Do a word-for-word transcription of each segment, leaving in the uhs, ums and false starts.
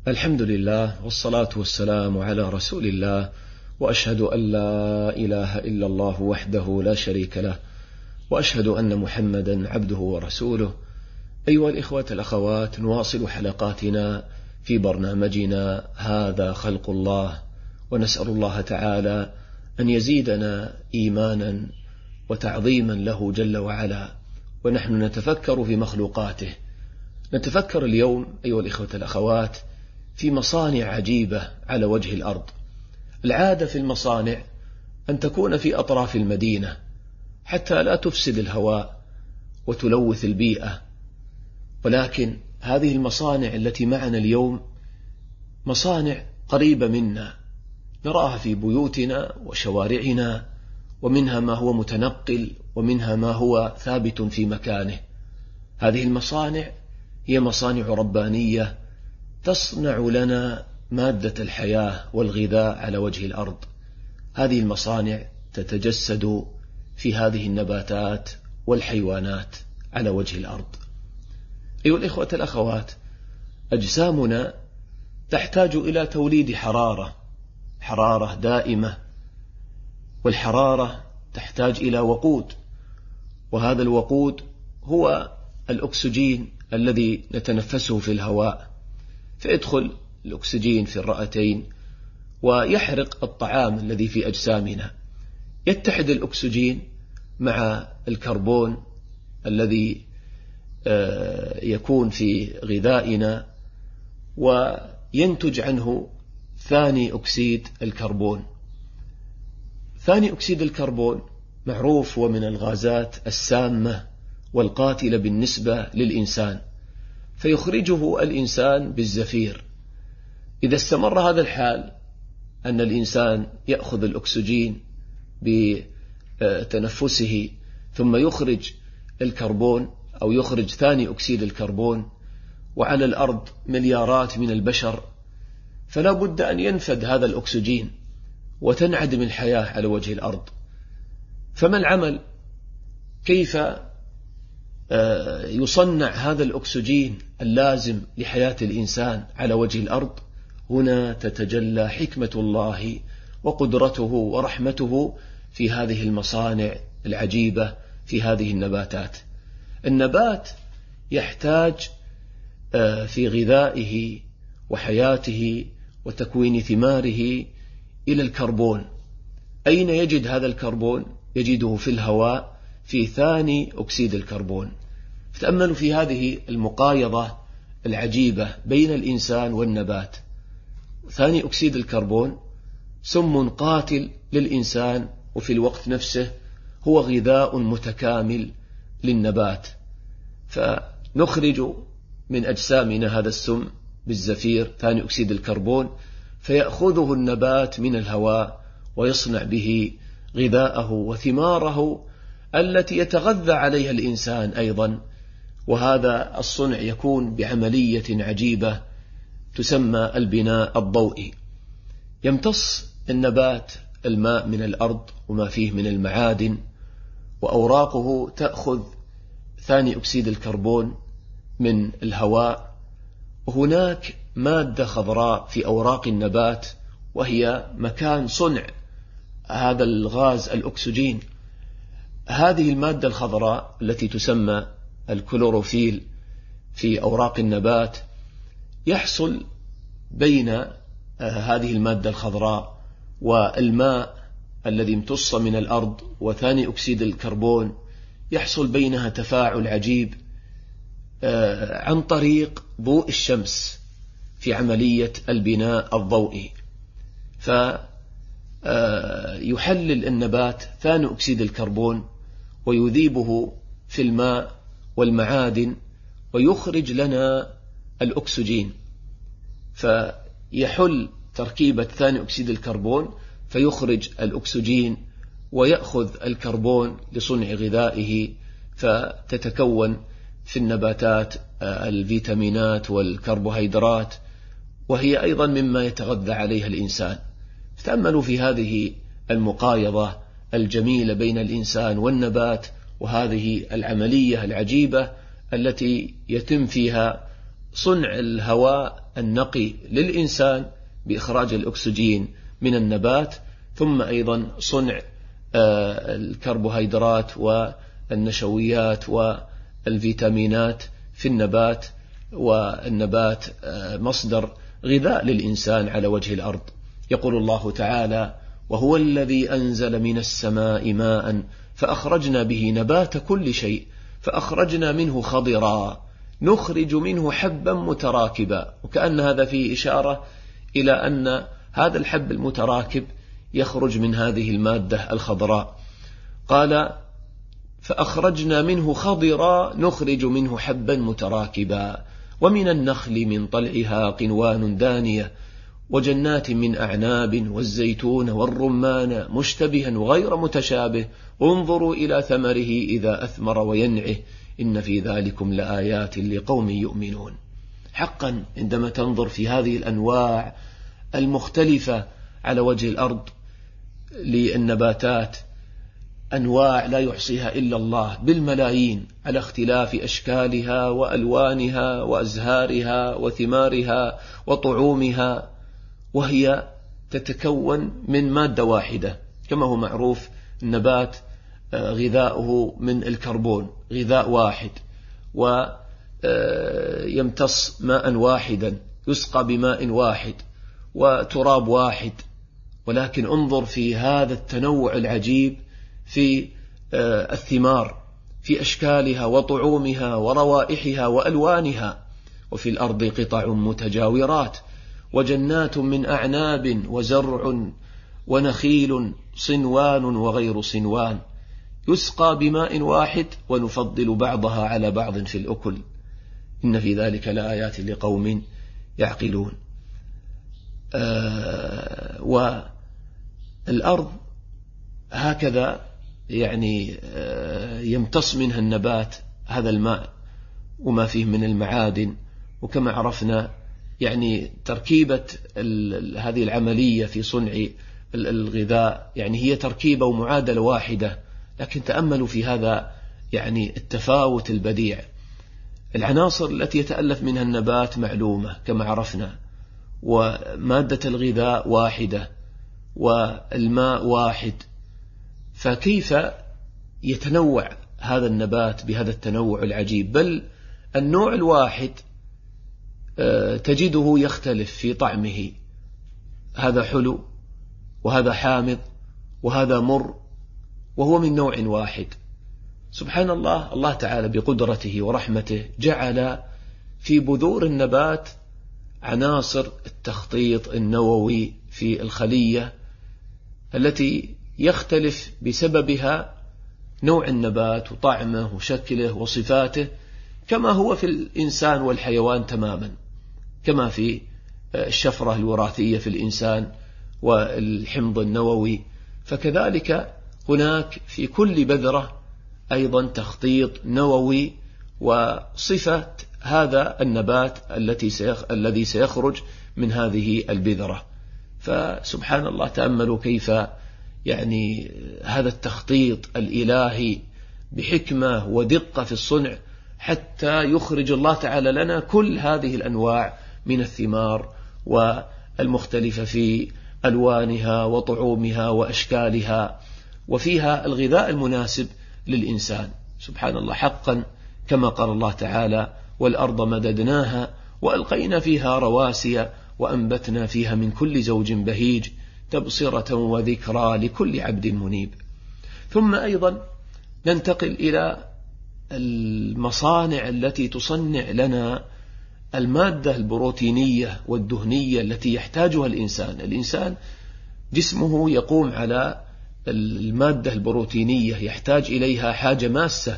الحمد لله والصلاة والسلام على رسول الله، وأشهد أن لا إله إلا الله وحده لا شريك له، وأشهد أن محمدا عبده ورسوله. أيها الإخوة الأخوات، نواصل حلقاتنا في برنامجنا هذا خلق الله، ونسأل الله تعالى أن يزيدنا إيمانا وتعظيما له جل وعلا، ونحن نتفكر في مخلوقاته. نتفكر اليوم أيها الإخوة الأخوات في مصانع عجيبة على وجه الأرض. العادة في المصانع أن تكون في أطراف المدينة حتى لا تفسد الهواء وتلوث البيئة، ولكن هذه المصانع التي معنا اليوم مصانع قريبة منا، نراها في بيوتنا وشوارعنا، ومنها ما هو متنقل ومنها ما هو ثابت في مكانه. هذه المصانع هي مصانع ربانية تصنع لنا مادة الحياة والغذاء على وجه الأرض. هذه المصانع تتجسد في هذه النباتات والحيوانات على وجه الأرض. أيها الإخوة الأخوات، أجسامنا تحتاج إلى توليد حرارة، حرارة دائمة، والحرارة تحتاج إلى وقود، وهذا الوقود هو الأكسجين الذي نتنفسه في الهواء، فيدخل الأكسجين في الرئتين ويحرق الطعام الذي في أجسامنا. يتحد الأكسجين مع الكربون الذي يكون في غذائنا، وينتج عنه ثاني أكسيد الكربون. ثاني أكسيد الكربون معروف ومن الغازات السامة والقاتلة بالنسبة للإنسان، فيخرجه الإنسان بالزفير. إذا استمر هذا الحال، أن الإنسان يأخذ الأكسجين بتنفسه ثم يخرج الكربون أو يخرج ثاني أكسيد الكربون، وعلى الأرض مليارات من البشر، فلا بد أن ينفد هذا الأكسجين وتنعدم الحياة على وجه الأرض. فما العمل؟ كيف يصنع هذا الأكسجين اللازم لحياة الإنسان على وجه الأرض؟ هنا تتجلى حكمة الله وقدرته ورحمته في هذه المصانع العجيبة في هذه النباتات. النبات يحتاج في غذائه وحياته وتكوين ثماره إلى الكربون. أين يجد هذا الكربون؟ يجده في الهواء في ثاني أكسيد الكربون. فتأملوا في هذه المقايضة العجيبة بين الإنسان والنبات. ثاني أكسيد الكربون سم قاتل للإنسان، وفي الوقت نفسه هو غذاء متكامل للنبات، فنخرج من أجسامنا هذا السم بالزفير ثاني أكسيد الكربون، فيأخذه النبات من الهواء ويصنع به غذاءه وثماره التي يتغذى عليها الإنسان أيضا. وهذا الصنع يكون بعملية عجيبة تسمى البناء الضوئي. يمتص النبات الماء من الأرض وما فيه من المعادن، وأوراقه تأخذ ثاني أكسيد الكربون من الهواء، وهناك مادة خضراء في أوراق النبات وهي مكان صنع هذا الغاز الأكسجين. هذه المادة الخضراء التي تسمى الكلوروفيل في أوراق النبات، يحصل بين هذه المادة الخضراء والماء الذي امتص من الأرض وثاني أكسيد الكربون، يحصل بينها تفاعل عجيب عن طريق ضوء الشمس في عملية البناء الضوئي. فيحلل النبات ثاني أكسيد الكربون ويذيبه في الماء والمعادن ويخرج لنا الأكسجين. فيحل تركيبة ثاني أكسيد الكربون فيخرج الأكسجين، ويأخذ الكربون لصنع غذائه، فتتكون في النباتات الفيتامينات والكربوهيدرات، وهي أيضا مما يتغذى عليها الإنسان. تأملوا في هذه المقايضة الجميلة بين الإنسان والنبات، وهذه العملية العجيبة التي يتم فيها صنع الهواء النقي للإنسان بإخراج الأكسجين من النبات، ثم أيضا صنع الكربوهيدرات والنشويات والفيتامينات في النبات، والنبات مصدر غذاء للإنسان على وجه الأرض. يقول الله تعالى: وهو الذي أنزل من السماء ماء فأخرجنا به نبات كل شيء فأخرجنا منه خضرا نخرج منه حبا متراكبا. وكأن هذا فيه إشارة إلى أن هذا الحب المتراكب يخرج من هذه المادة الخضراء. قال: فأخرجنا منه خضرا نخرج منه حبا متراكبا ومن النخل من طلعها قنوان دانية وجنات من أعناب والزيتون والرمان مشتبها وغير متشابه انظروا إلى ثمره إذا أثمر وينعه إن في ذلكم لآيات لقوم يؤمنون. حقا عندما تنظر في هذه الأنواع المختلفة على وجه الأرض للنباتات، أنواع لا يحصيها إلا الله بالملايين على اختلاف أشكالها وألوانها وأزهارها وثمارها وطعومها، وهي تتكون من مادة واحدة. كما هو معروف النبات غذاؤه من الكربون، غذاء واحد، ويمتص ماء واحدا، يسقى بماء واحد وتراب واحد. ولكن انظر في هذا التنوع العجيب في الثمار، في أشكالها وطعومها وروائحها وألوانها. وفي الأرض قطع متجاورات وجنات من أعناب وزرع ونخيل صنوان وغير صنوان يسقى بماء واحد ونفضل بعضها على بعض في الأكل إن في ذلك لآيات لقوم يعقلون. آه والأرض هكذا يعني آه يمتص منها النبات هذا الماء وما فيه من المعادن. وكما عرفنا يعني تركيبة هذه العملية في صنع الغذاء يعني هي تركيبة ومعادلة واحدة، لكن تأملوا في هذا يعني التفاوت البديع. العناصر التي يتألف منها النبات معلومة كما عرفنا، ومادة الغذاء واحدة والماء واحد، فكيف يتنوع هذا النبات بهذا التنوع العجيب؟ بل النوع الواحد تجده يختلف في طعمه، هذا حلو وهذا حامض وهذا مر وهو من نوع واحد. سبحان الله، الله تعالى بقدرته ورحمته جعل في بذور النبات عناصر التخطيط النووي في الخلية التي يختلف بسببها نوع النبات وطعمه وشكله وصفاته، كما هو في الإنسان والحيوان تماما، كما في الشفرة الوراثية في الإنسان والحمض النووي، فكذلك هناك في كل بذرة أيضا تخطيط نووي وصفة هذا النبات الذي سيخرج من هذه البذرة. فسبحان الله، تأملوا كيف يعني هذا التخطيط الإلهي بحكمة ودقة في الصنع حتى يخرج الله تعالى لنا كل هذه الأنواع من الثمار والمختلفة في ألوانها وطعومها وأشكالها، وفيها الغذاء المناسب للإنسان. سبحان الله، حقا كما قال الله تعالى: والأرض مددناها وألقينا فيها رواسي وأنبتنا فيها من كل زوج بهيج تبصرة وذكرى لكل عبد منيب. ثم أيضا ننتقل إلى المصانع التي تصنع لنا المادة البروتينية والدهنية التي يحتاجها الإنسان. الإنسان جسمه يقوم على المادة البروتينية، يحتاج إليها حاجة ماسة.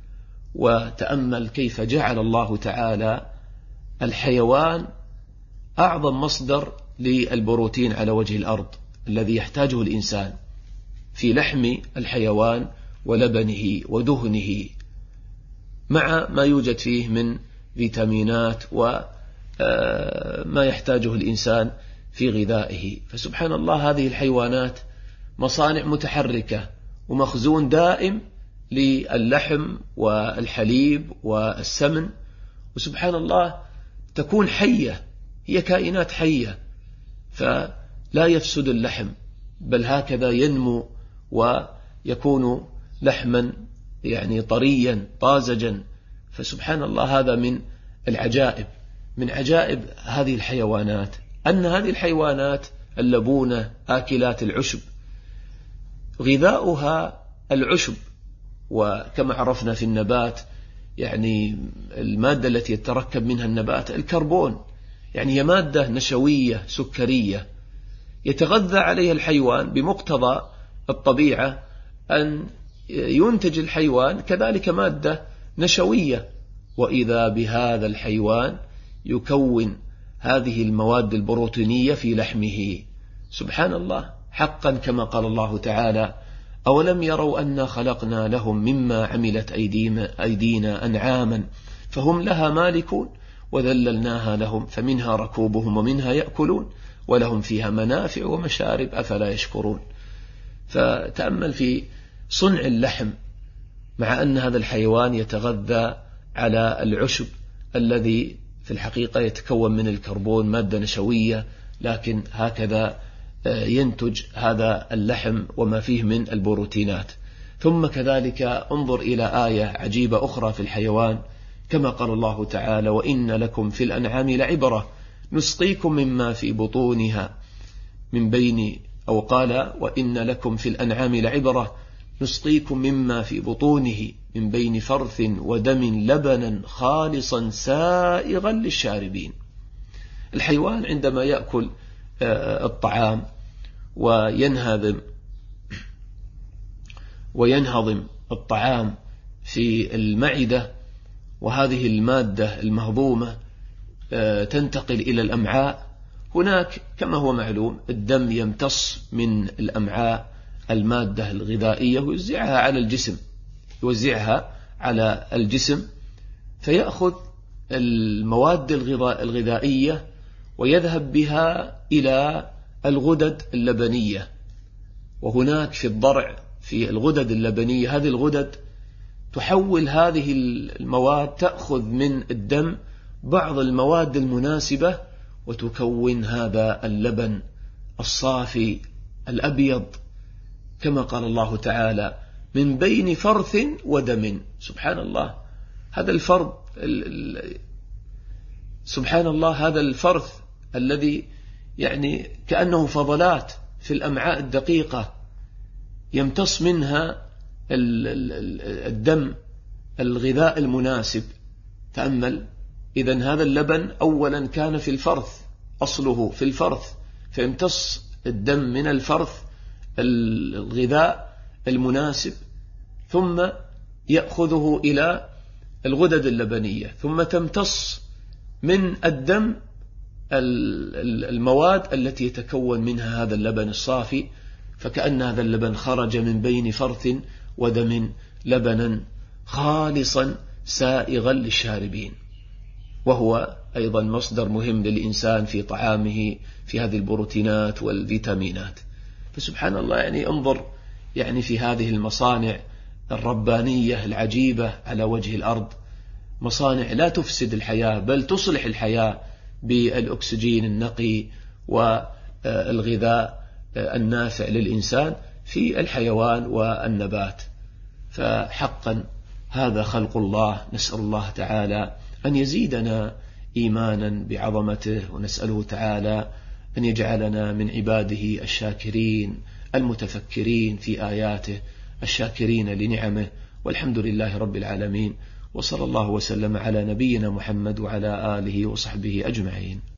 وتأمل كيف جعل الله تعالى الحيوان أعظم مصدر للبروتين على وجه الأرض الذي يحتاجه الإنسان في لحم الحيوان ولبنه ودهنه، مع ما يوجد فيه من فيتامينات وما يحتاجه الإنسان في غذائه. فسبحان الله، هذه الحيوانات مصانع متحركة ومخزون دائم للحم والحليب والسمن. وسبحان الله، تكون حية، هي كائنات حية، فلا يفسد اللحم، بل هكذا ينمو ويكون لحما يعني طريا طازجا. فسبحان الله، هذا من العجائب، من عجائب هذه الحيوانات، أن هذه الحيوانات اللبونة آكلات العشب غذاؤها العشب. وكما عرفنا في النبات يعني المادة التي يتركب منها النبات الكربون، يعني هي مادة نشوية سكرية يتغذى عليها الحيوان بمقتضى الطبيعة، أن ينتج الحيوان كذلك مادة نشوية، وإذا بهذا الحيوان يكون هذه المواد البروتينية في لحمه. سبحان الله، حقا كما قال الله تعالى: أولم يروا أنا خلقنا لهم مما عملت أيدينا أنعاما فهم لها مالكون وذللناها لهم فمنها ركوبهم ومنها يأكلون ولهم فيها منافع ومشارب أفلا يشكرون. فتأمل في صنع اللحم، مع أن هذا الحيوان يتغذى على العشب الذي في الحقيقة يتكون من الكربون، مادة نشوية، لكن هكذا ينتج هذا اللحم وما فيه من البروتينات. ثم كذلك انظر إلى آية عجيبة أخرى في الحيوان، كما قال الله تعالى: وإن لكم في الأنعام لعبرة نسقيكم مما في بطونها من بين، أو قال: وإن لكم في الأنعام لعبرة نسقيكم مما في بطونه من بين فرث ودم لبنا خالصا سائغا للشاربين. الحيوان عندما يأكل الطعام وينهضم وينهضم الطعام في المعدة، وهذه المادة المهضومة تنتقل إلى الأمعاء، هناك كما هو معلوم الدم يمتص من الأمعاء المادة الغذائية ويوزعها على الجسم يوزعها على الجسم فيأخذ المواد الغذائية ويذهب بها إلى الغدد اللبنية. وهناك في الضرع في الغدد اللبنية، هذه الغدد تحول هذه المواد، تأخذ من الدم بعض المواد المناسبة وتكون هذا اللبن الصافي الأبيض، كما قال الله تعالى: من بين فرث ودم. سبحان الله، هذا الفرث سبحان الله هذا الفرث الذي يعني كأنه فضلات في الأمعاء الدقيقة يمتص منها الدم الغذاء المناسب. تأمل، إذن هذا اللبن أولا كان في الفرث، أصله في الفرث، فيمتص الدم من الفرث الغذاء المناسب، ثم يأخذه إلى الغدد اللبنية، ثم تمتص من الدم المواد التي يتكون منها هذا اللبن الصافي، فكأن هذا اللبن خرج من بين فرث ودم لبنا خالصا سائغا للشاربين. وهو أيضا مصدر مهم للإنسان في طعامه في هذه البروتينات والفيتامينات. فسبحان الله، يعني انظر يعني في هذه المصانع الربانية العجيبة على وجه الأرض، مصانع لا تفسد الحياة بل تصلح الحياة بالأكسجين النقي والغذاء النافع للإنسان في الحيوان والنبات. فحقا هذا خلق الله، نسأل الله تعالى أن يزيدنا إيمانا بعظمته، ونسأله تعالى أن يجعلنا من عباده الشاكرين المتفكرين في آياته الشاكرين لنعمه. والحمد لله رب العالمين، وصلى الله وسلم على نبينا محمد وعلى آله وصحبه أجمعين.